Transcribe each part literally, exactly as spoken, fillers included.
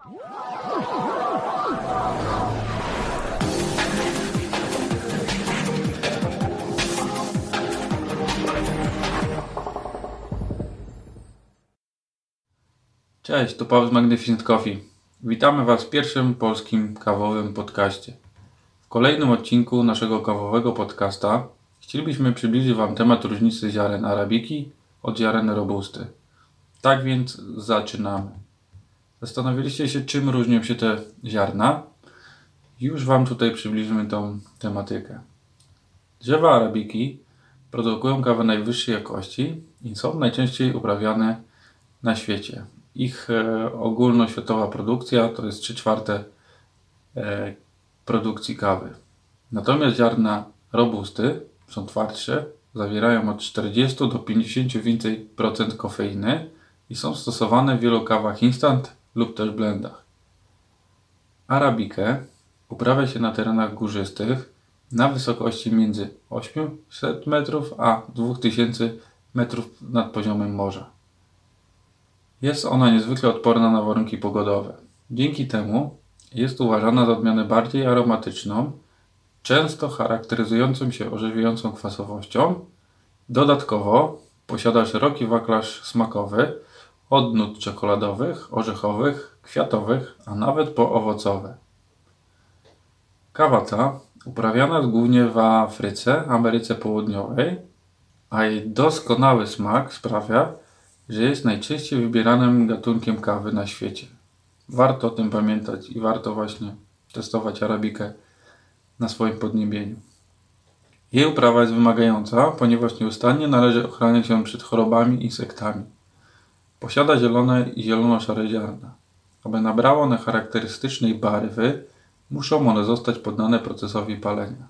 Cześć, to Paweł z Magnificent Coffee. Witamy Was w pierwszym polskim kawowym podcaście. W kolejnym odcinku naszego kawowego podcasta chcielibyśmy przybliżyć Wam temat różnicy ziaren arabiki od ziaren robusty. Tak więc zaczynamy. Zastanawialiście się, czym różnią się te ziarna? Już Wam tutaj przybliżymy tą tematykę. Drzewa arabiki produkują kawę najwyższej jakości i są najczęściej uprawiane na świecie. Ich e, ogólnoświatowa produkcja to jest trzy czwarte e, produkcji kawy. Natomiast ziarna robusty są twardsze, zawierają od czterdzieści do pięćdziesięciu więcej procent kofeiny i są stosowane w wielu kawach instant lub też blendach. Arabikę uprawia się na terenach górzystych na wysokości między osiemset metrów a dwa tysiące metrów nad poziomem morza. Jest ona niezwykle odporna na warunki pogodowe. Dzięki temu jest uważana za odmianę bardziej aromatyczną, często charakteryzującą się orzeźwiającą kwasowością. Dodatkowo posiada szeroki wachlarz smakowy od nut czekoladowych, orzechowych, kwiatowych, a nawet po owocowe. Kawa ta uprawiana jest głównie w Afryce, Ameryce Południowej, a jej doskonały smak sprawia, że jest najczęściej wybieranym gatunkiem kawy na świecie. Warto o tym pamiętać i warto właśnie testować arabikę na swoim podniebieniu. Jej uprawa jest wymagająca, ponieważ nieustannie należy ochraniać ją przed chorobami i insektami. Posiada zielone i zielono-szare ziarna. Aby nabrało one charakterystycznej barwy, muszą one zostać poddane procesowi palenia.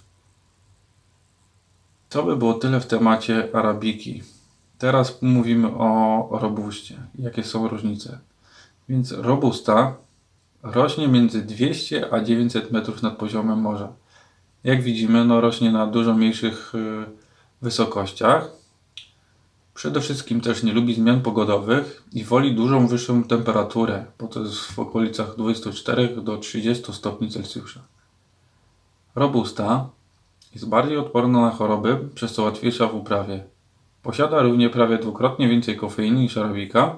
To by było tyle w temacie arabiki. Teraz mówimy o robuście. Jakie są różnice? Więc robusta rośnie między dwieście a dziewięćset metrów nad poziomem morza. Jak widzimy, no rośnie na dużo mniejszych y, wysokościach. Przede wszystkim też nie lubi zmian pogodowych i woli dużą wyższą temperaturę, bo to jest w okolicach dwudziestu czterech do trzydziestu stopni Celsjusza. Robusta jest bardziej odporna na choroby, przez co łatwiejsza w uprawie. Posiada równie prawie dwukrotnie więcej kofeiny niż arabika,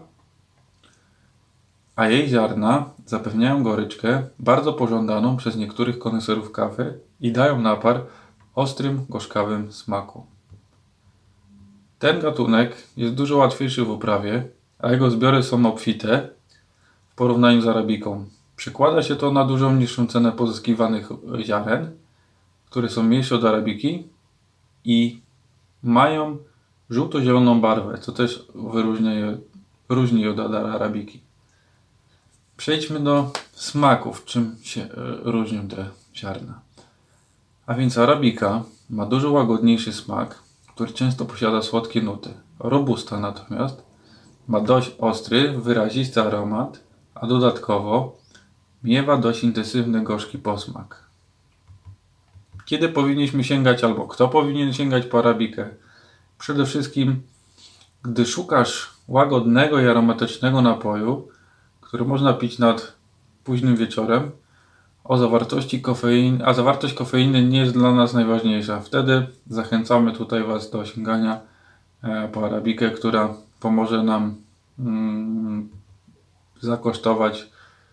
a jej ziarna zapewniają goryczkę bardzo pożądaną przez niektórych koneserów kawy i dają napar ostrym, gorzkawym smaku. Ten gatunek jest dużo łatwiejszy w uprawie, a jego zbiory są obfite w porównaniu z arabiką. Przekłada się to na dużo niższą cenę pozyskiwanych ziaren, które są mniejsze od arabiki i mają żółto-zieloną barwę, co też wyróżnia je, różni je od arabiki. Przejdźmy do smaków, czym się y, różnią te ziarna. A więc arabika ma dużo łagodniejszy smak, który często posiada słodkie nuty. Robusta natomiast ma dość ostry, wyrazisty aromat, a dodatkowo miewa dość intensywny, gorzki posmak. Kiedy powinniśmy sięgać, albo kto powinien sięgać po arabikę? Przede wszystkim, gdy szukasz łagodnego i aromatycznego napoju, który można pić nad późnym wieczorem, o zawartości kofeiny, a zawartość kofeiny nie jest dla nas najważniejsza. Wtedy zachęcamy tutaj Was do sięgania po arabikę, która pomoże nam mm, zakosztować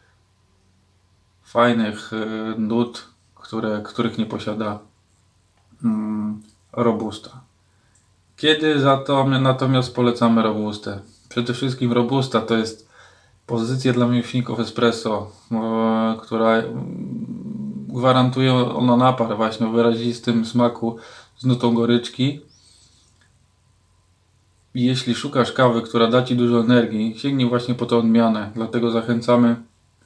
fajnych nut, które, których nie posiada mm, robusta. Kiedy za to natomiast polecamy robustę? Przede wszystkim robusta to jest pozycja dla miłośników espresso, e, która gwarantuje ona napar właśnie o wyrazistym smaku z nutą goryczki. I jeśli szukasz kawy, która da Ci dużo energii, sięgnij właśnie po tę odmianę. Dlatego zachęcamy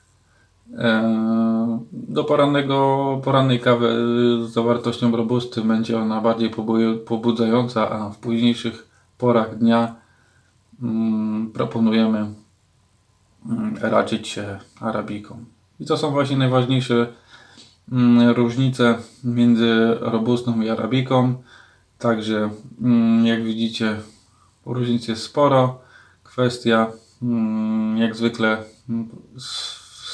e, do porannego, porannej kawy z zawartością robusty. Będzie ona bardziej pobudzająca, a w późniejszych porach dnia mm, proponujemy raczyć się arabiką. I to są właśnie najważniejsze mm, różnice między robustą i arabiką. Także mm, jak widzicie, różnic jest sporo. Kwestia mm, jak zwykle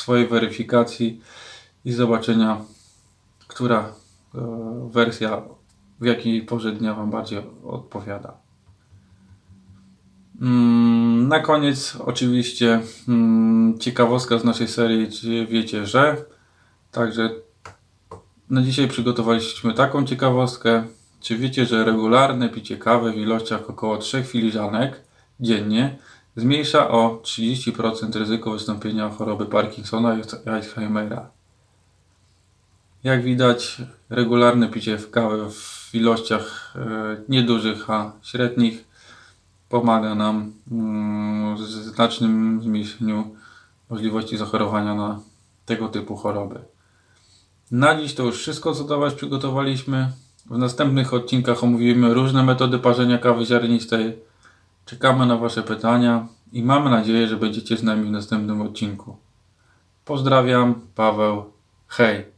swojej weryfikacji i zobaczenia, która wersja w jakiej porze dnia Wam bardziej odpowiada. Na koniec oczywiście ciekawostka z naszej serii, czy wiecie, że także na dzisiaj przygotowaliśmy taką ciekawostkę. Czy wiecie, że regularne picie kawy w ilościach około trzech filiżanek dziennie zmniejsza o trzydzieści procent ryzyko wystąpienia choroby Parkinsona i Alzheimera? Jak widać, regularne picie kawy w ilościach niedużych, a średnich pomaga nam w znacznym zmniejszeniu możliwości zachorowania na tego typu choroby. Na dziś to już wszystko, co dla Was przygotowaliśmy. W następnych odcinkach omówimy różne metody parzenia kawy ziarnistej. Czekamy na Wasze pytania i mamy nadzieję, że będziecie z nami w następnym odcinku. Pozdrawiam, Paweł. Hej!